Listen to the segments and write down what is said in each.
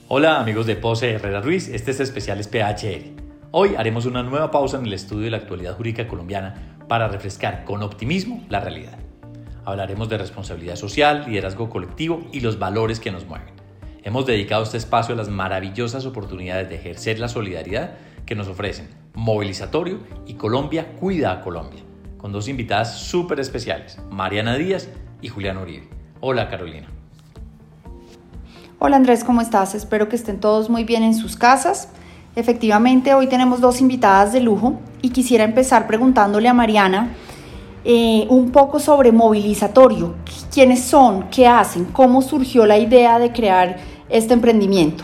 Hola amigos de Pose Herrera Ruiz, este es Especiales PHR. Hoy haremos una nueva pausa en el estudio de la actualidad jurídica colombiana para refrescar con optimismo la realidad. Hablaremos de responsabilidad social, liderazgo colectivo y los valores que nos mueven. Hemos dedicado este espacio a las maravillosas oportunidades de ejercer la solidaridad que nos ofrecen Movilizatorio y Colombia Cuida a Colombia, con dos invitadas súper especiales, Mariana Díaz y Juliana Uribe. Hola Carolina. Hola Andrés, ¿cómo estás? Espero que estén todos muy bien en sus casas. Efectivamente, hoy tenemos dos invitadas de lujo y quisiera empezar preguntándole a Mariana un poco sobre Movilizatorio. ¿Quiénes son? ¿Qué hacen? ¿Cómo surgió la idea de crear este emprendimiento?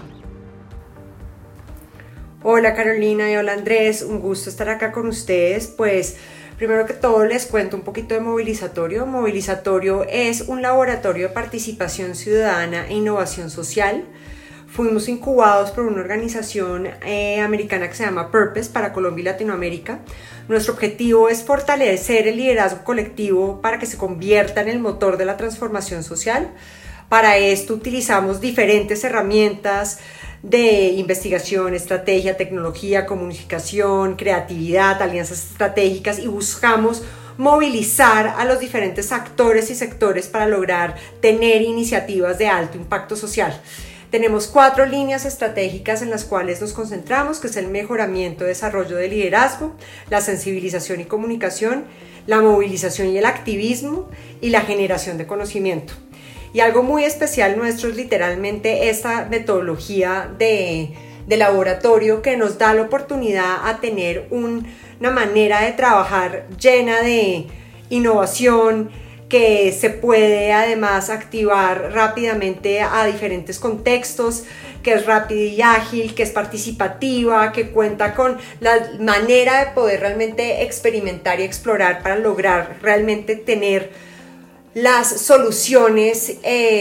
Hola Carolina y hola Andrés, un gusto estar acá con ustedes. Pues primero que todo les cuento un poquito de Movilizatorio. Movilizatorio es un laboratorio de participación ciudadana e innovación social. Fuimos incubados por una organización americana que se llama Purpose para Colombia y Latinoamérica. Nuestro objetivo es fortalecer el liderazgo colectivo para que se convierta en el motor de la transformación social. Para esto utilizamos diferentes herramientas de investigación, estrategia, tecnología, comunicación, creatividad, alianzas estratégicas y buscamos movilizar a los diferentes actores y sectores para lograr tener iniciativas de alto impacto social. Tenemos 4 líneas estratégicas en las cuales nos concentramos, que es el mejoramiento, desarrollo de liderazgo, la sensibilización y comunicación, la movilización y el activismo y la generación de conocimiento. Y algo muy especial nuestro es literalmente esta metodología de laboratorio que nos da la oportunidad a tener una manera de trabajar llena de innovación, que se puede además activar rápidamente a diferentes contextos, que es rápida y ágil, que es participativa, que cuenta con la manera de poder realmente experimentar y explorar para lograr realmente tener las soluciones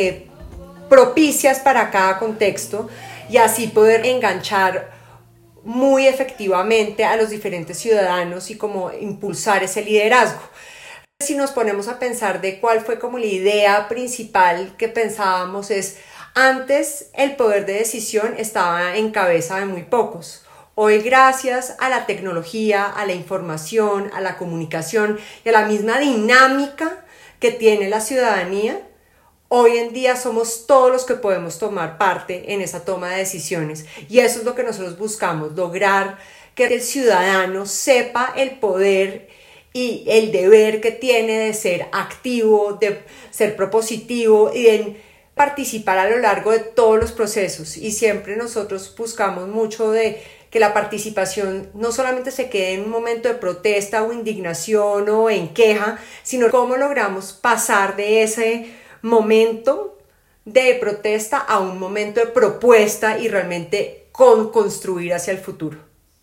propicias para cada contexto y así poder enganchar muy efectivamente a los diferentes ciudadanos y como impulsar ese liderazgo. Si nos ponemos a pensar de cuál fue como la idea principal que pensábamos es, antes el poder de decisión estaba en cabeza de muy pocos. Hoy, gracias a la tecnología, a la información, a la comunicación y a la misma dinámica que tiene la ciudadanía, hoy en día somos todos los que podemos tomar parte en esa toma de decisiones. Y eso es lo que nosotros buscamos, lograr que el ciudadano sepa el poder y el deber que tiene de ser activo, de ser propositivo y de participar a lo largo de todos los procesos. Y siempre nosotros buscamos mucho de que la participación no solamente se quede en un momento de protesta o indignación o en queja, sino cómo logramos pasar de ese momento de protesta a un momento de propuesta y realmente construir hacia el futuro.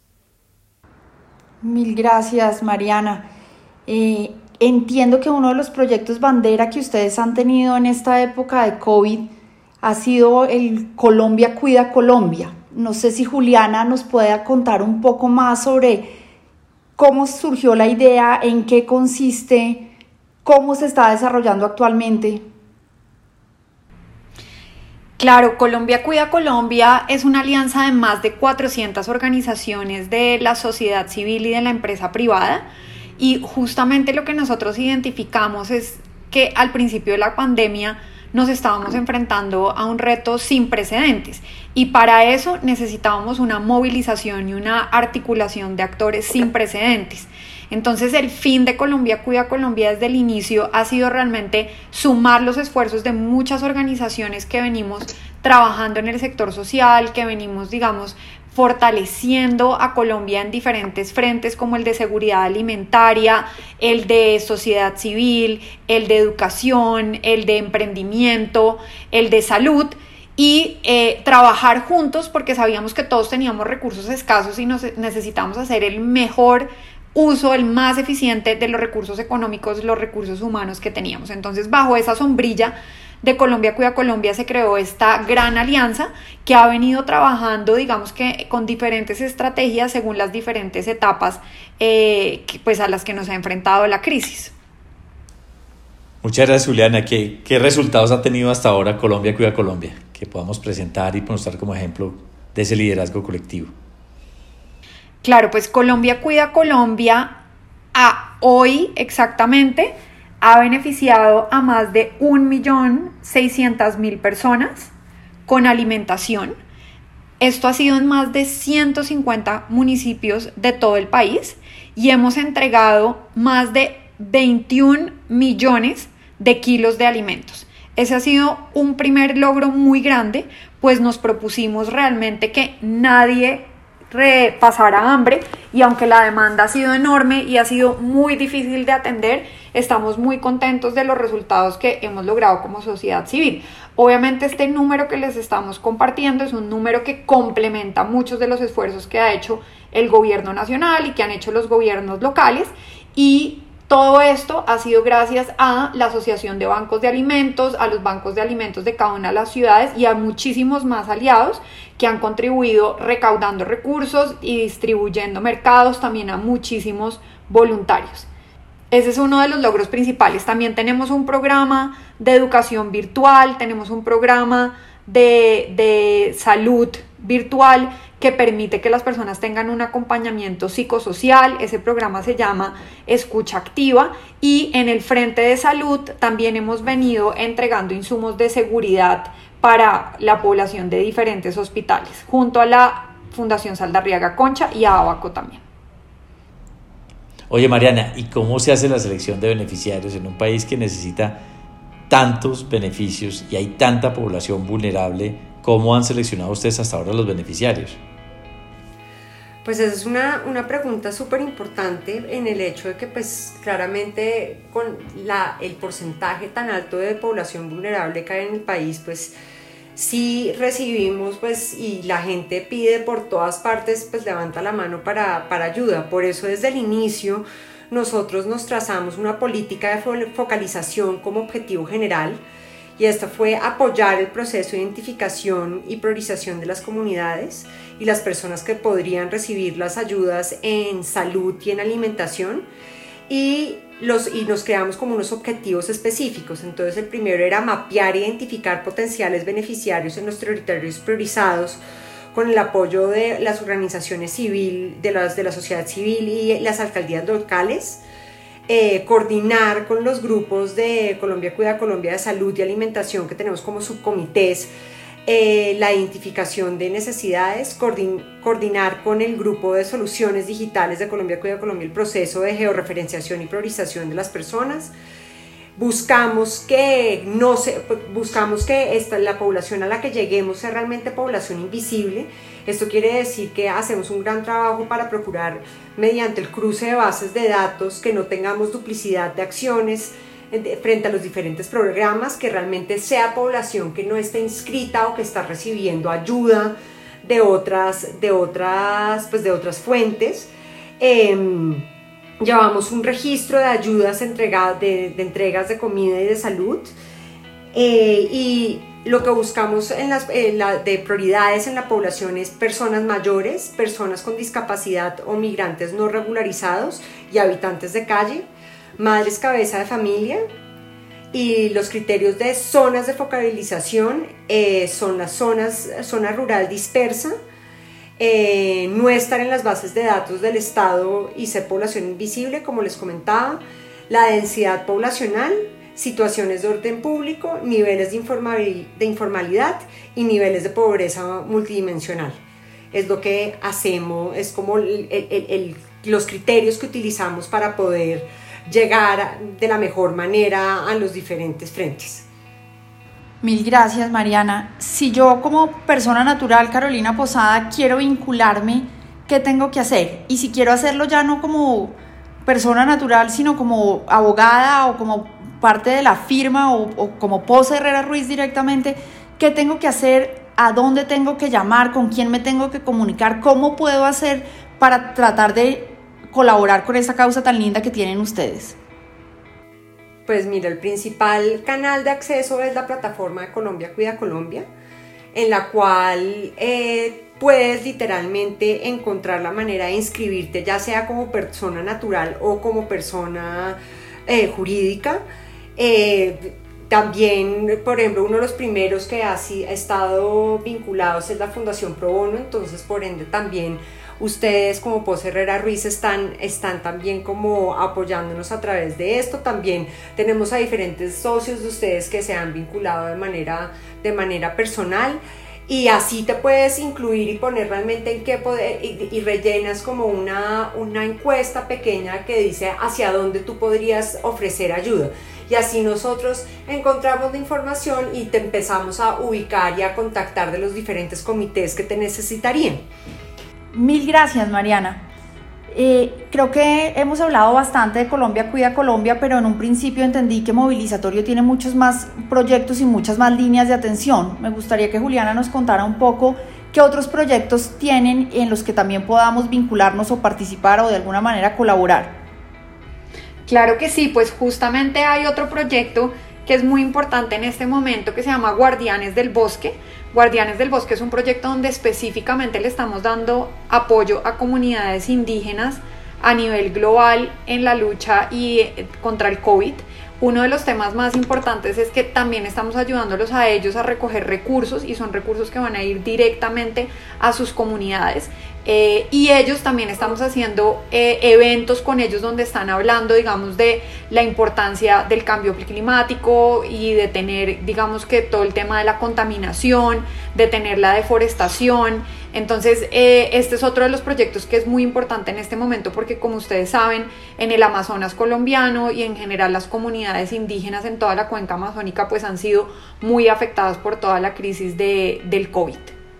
Mil gracias, Mariana. Entiendo que uno de los proyectos bandera que ustedes han tenido en esta época de COVID ha sido el Colombia Cuida a Colombia. No sé si Juliana nos puede contar un poco más sobre cómo surgió la idea, en qué consiste, cómo se está desarrollando actualmente. Claro, Colombia Cuida Colombia es una alianza de más de 400 organizaciones de la sociedad civil y de la empresa privada. Y justamente lo que nosotros identificamos es que al principio de la pandemia nos estábamos enfrentando a un reto sin precedentes y para eso necesitábamos una movilización y una articulación de actores sin precedentes. Entonces el fin de Colombia Cuida Colombia desde el inicio ha sido realmente sumar los esfuerzos de muchas organizaciones que venimos trabajando en el sector social, que venimos, fortaleciendo a Colombia en diferentes frentes como el de seguridad alimentaria, el de sociedad civil, el de educación, el de emprendimiento, el de salud y trabajar juntos porque sabíamos que todos teníamos recursos escasos y necesitamos hacer el mejor uso, el más eficiente de los recursos económicos, los recursos humanos que teníamos. Entonces, bajo esa sombrilla de Colombia Cuida Colombia se creó esta gran alianza que ha venido trabajando, con diferentes estrategias según las diferentes etapas a las que nos ha enfrentado la crisis. Muchas gracias, Juliana. ¿Qué resultados ha tenido hasta ahora Colombia Cuida Colombia? Que podamos presentar y mostrar como ejemplo de ese liderazgo colectivo. Claro, pues Colombia Cuida Colombia hoy exactamente ha beneficiado a más de 1.600.000 personas con alimentación. Esto ha sido en más de 150 municipios de todo el país y hemos entregado más de 21 millones de kilos de alimentos. Ese ha sido un primer logro muy grande, pues nos propusimos realmente que nadie pasara hambre, y aunque la demanda ha sido enorme y ha sido muy difícil de atender, estamos muy contentos de los resultados que hemos logrado como sociedad civil. Obviamente este número que les estamos compartiendo es un número que complementa muchos de los esfuerzos que ha hecho el gobierno nacional y que han hecho los gobiernos locales, y todo esto ha sido gracias a la Asociación de Bancos de Alimentos, a los bancos de alimentos de cada una de las ciudades y a muchísimos más aliados que han contribuido recaudando recursos y distribuyendo mercados, también a muchísimos voluntarios. Ese es uno de los logros principales. También tenemos un programa de educación virtual, tenemos un programa de salud virtual que permite que las personas tengan un acompañamiento psicosocial. Ese programa se llama Escucha Activa, y en el Frente de Salud también hemos venido entregando insumos de seguridad para la población de diferentes hospitales, junto a la Fundación Saldarriaga Concha y a Abaco también. Oye, Mariana, ¿y cómo se hace la selección de beneficiarios en un país que necesita tantos beneficios y hay tanta población vulnerable? ¿Cómo han seleccionado ustedes hasta ahora los beneficiarios? Pues esa es una pregunta súper importante, en el hecho de que pues claramente con el porcentaje tan alto de población vulnerable que hay en el país, pues sí recibimos, pues, y la gente pide por todas partes, pues levanta la mano para ayuda. Por eso desde el inicio nosotros nos trazamos una política de focalización como objetivo general, y esta fue apoyar el proceso de identificación y priorización de las comunidades y las personas que podrían recibir las ayudas en salud y en alimentación, y nos creamos como unos objetivos específicos. Entonces el primero era mapear e identificar potenciales beneficiarios en los territorios priorizados con el apoyo de las organizaciones civiles, de la sociedad civil y las alcaldías locales. Coordinar con los grupos de Colombia Cuida Colombia de salud y alimentación que tenemos como subcomités, la identificación de necesidades, coordinar con el grupo de soluciones digitales de Colombia Cuida Colombia el proceso de georreferenciación y priorización de las personas. Buscamos que la población a la que lleguemos sea realmente población invisible. Esto quiere decir que hacemos un gran trabajo para procurar, mediante el cruce de bases de datos, que no tengamos duplicidad de acciones frente a los diferentes programas, que realmente sea población que no esté inscrita o que está recibiendo ayuda de otras fuentes. Llevamos un registro de ayudas de entregas de comida y de salud, y lo que buscamos de prioridades en la población es personas mayores, personas con discapacidad o migrantes no regularizados y habitantes de calle, madres cabeza de familia. Y los criterios de zonas de focalización son las zona rural dispersa, no estar en las bases de datos del Estado y ser población invisible, como les comentaba, la densidad poblacional, situaciones de orden público, niveles de informalidad y niveles de pobreza multidimensional. Es lo que hacemos, es como los criterios que utilizamos para poder llegar de la mejor manera a los diferentes frentes. Mil gracias, Mariana. Si yo como persona natural, Carolina Posada, quiero vincularme, ¿qué tengo que hacer? Y si quiero hacerlo ya no como persona natural, sino como abogada o como parte de la firma o como Pose Herrera Ruiz directamente, ¿qué tengo que hacer? ¿A dónde tengo que llamar? ¿Con quién me tengo que comunicar? ¿Cómo puedo hacer para tratar de colaborar con esa causa tan linda que tienen ustedes? Pues mira, el principal canal de acceso es la plataforma de Colombia Cuida Colombia, en la cual puedes literalmente encontrar la manera de inscribirte, ya sea como persona natural o como persona jurídica. También, por ejemplo, uno de los primeros que ha estado vinculados es la Fundación Pro Bono, entonces por ende también ustedes como Pozo Herrera Ruiz están también como apoyándonos a través de esto. También tenemos a diferentes socios de ustedes que se han vinculado de manera personal, y así te puedes incluir y poner realmente en qué poder, y rellenas como una encuesta pequeña que dice hacia dónde tú podrías ofrecer ayuda. Y así nosotros encontramos la información y te empezamos a ubicar y a contactar de los diferentes comités que te necesitarían. Mil gracias, Mariana. Creo que hemos hablado bastante de Colombia Cuida Colombia, pero en un principio entendí que Movilizatorio tiene muchos más proyectos y muchas más líneas de atención. Me gustaría que Juliana nos contara un poco qué otros proyectos tienen en los que también podamos vincularnos o participar o de alguna manera colaborar. Claro que sí, pues justamente hay otro proyecto que es muy importante en este momento que se llama Guardianes del Bosque. Guardianes del Bosque es un proyecto donde específicamente le estamos dando apoyo a comunidades indígenas a nivel global en la lucha contra el COVID. Uno de los temas más importantes es que también estamos ayudándolos a ellos a recoger recursos, y son recursos que van a ir directamente a sus comunidades. Y ellos también estamos haciendo eventos con ellos donde están hablando, digamos, de la importancia del cambio climático y de tener, digamos, que todo el tema de la contaminación, de tener la deforestación. Entonces, este es otro de los proyectos que es muy importante en este momento, porque como ustedes saben, en el Amazonas colombiano y en general las comunidades indígenas en toda la cuenca amazónica pues han sido muy afectadas por toda la crisis del COVID.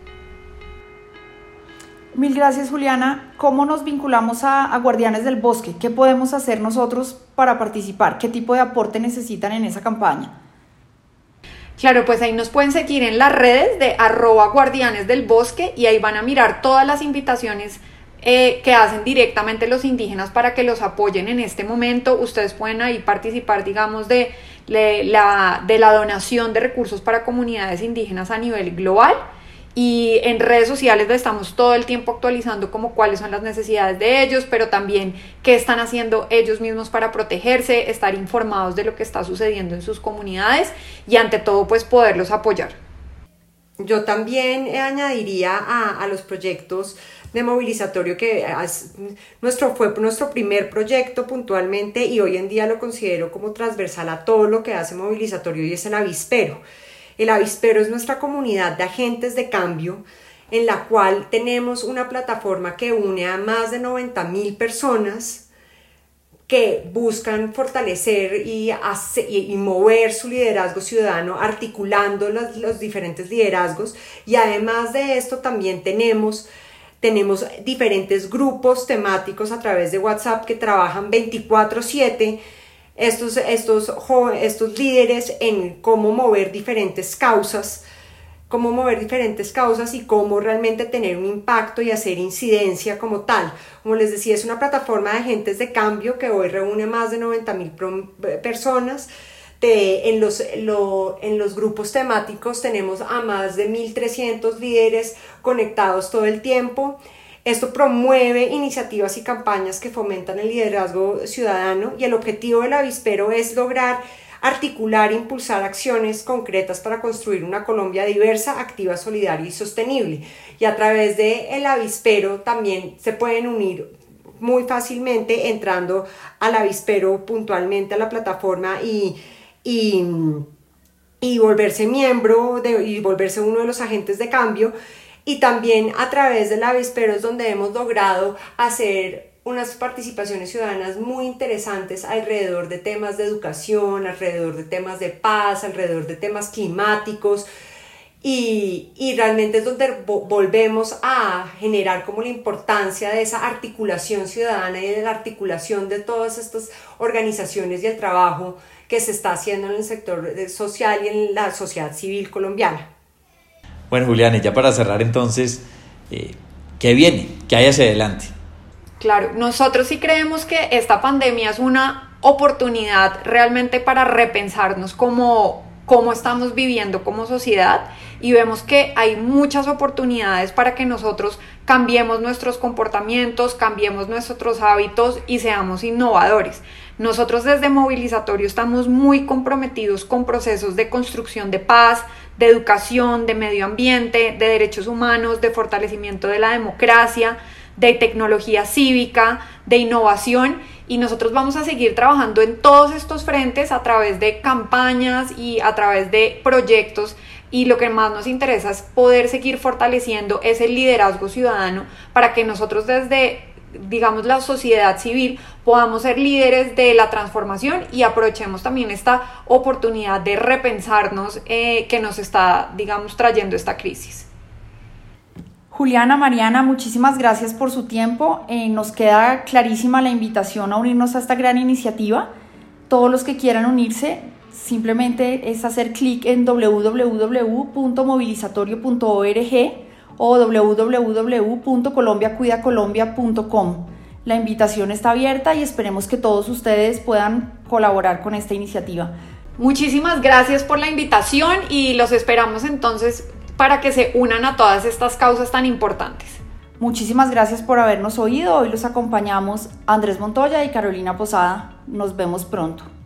Mil gracias, Juliana. ¿Cómo nos vinculamos a Guardianes del Bosque? ¿Qué podemos hacer nosotros para participar? ¿Qué tipo de aporte necesitan en esa campaña? Claro, pues ahí nos pueden seguir en las redes de @Guardianes del Bosque, y ahí van a mirar todas las invitaciones que hacen directamente los indígenas para que los apoyen en este momento. Ustedes pueden ahí participar, digamos, de la donación de recursos para comunidades indígenas a nivel global. Y en redes sociales estamos todo el tiempo actualizando como cuáles son las necesidades de ellos, pero también qué están haciendo ellos mismos para protegerse, estar informados de lo que está sucediendo en sus comunidades y ante todo pues poderlos apoyar. Yo también añadiría a los proyectos de Movilizatorio que fue nuestro primer proyecto puntualmente, y hoy en día lo considero como transversal a todo lo que hace Movilizatorio, y es el Avispero. El Avispero es nuestra comunidad de agentes de cambio, en la cual tenemos una plataforma que une a más de 90,000 personas que buscan fortalecer y mover su liderazgo ciudadano, articulando los diferentes liderazgos. Y además de esto también tenemos diferentes grupos temáticos a través de WhatsApp que trabajan 24/7, estos líderes en cómo mover diferentes causas y cómo realmente tener un impacto y hacer incidencia como tal. Como les decía, es una plataforma de agentes de cambio que hoy reúne más de 90,000 personas. En los grupos temáticos tenemos a más de 1,300 líderes conectados todo el tiempo. Esto promueve iniciativas y campañas que fomentan el liderazgo ciudadano, y el objetivo del Avispero es lograr articular e impulsar acciones concretas para construir una Colombia diversa, activa, solidaria y sostenible. Y a través del Avispero también se pueden unir muy fácilmente entrando al Avispero puntualmente a la plataforma y volverse miembro y volverse uno de los agentes de cambio. Y también a través del Avispero es donde hemos logrado hacer unas participaciones ciudadanas muy interesantes alrededor de temas de educación, alrededor de temas de paz, alrededor de temas climáticos, y realmente es donde volvemos a generar como la importancia de esa articulación ciudadana y de la articulación de todas estas organizaciones y el trabajo que se está haciendo en el sector social y en la sociedad civil colombiana. Bueno, Juliana, ya para cerrar entonces, ¿qué viene? ¿Qué hay hacia adelante? Claro, nosotros sí creemos que esta pandemia es una oportunidad realmente para repensarnos cómo estamos viviendo como sociedad, y vemos que hay muchas oportunidades para que nosotros cambiemos nuestros comportamientos, cambiemos nuestros hábitos y seamos innovadores. Nosotros desde Movilizatorio estamos muy comprometidos con procesos de construcción de paz, de educación, de medio ambiente, de derechos humanos, de fortalecimiento de la democracia, de tecnología cívica, de innovación, y nosotros vamos a seguir trabajando en todos estos frentes a través de campañas y a través de proyectos, y lo que más nos interesa es poder seguir fortaleciendo ese liderazgo ciudadano para que nosotros desde, digamos, la sociedad civil podamos ser líderes de la transformación y aprovechemos también esta oportunidad de repensarnos que nos está, digamos, trayendo esta crisis. Juliana, Mariana, muchísimas gracias por su tiempo. Nos queda clarísima la invitación a unirnos a esta gran iniciativa. Todos los que quieran unirse, simplemente es hacer clic en www.movilizatorio.org o www.colombiacuidacolombia.com. La invitación está abierta y esperemos que todos ustedes puedan colaborar con esta iniciativa. Muchísimas gracias por la invitación y los esperamos entonces para que se unan a todas estas causas tan importantes. Muchísimas gracias por habernos oído. Hoy los acompañamos Andrés Montoya y Carolina Posada. Nos vemos pronto.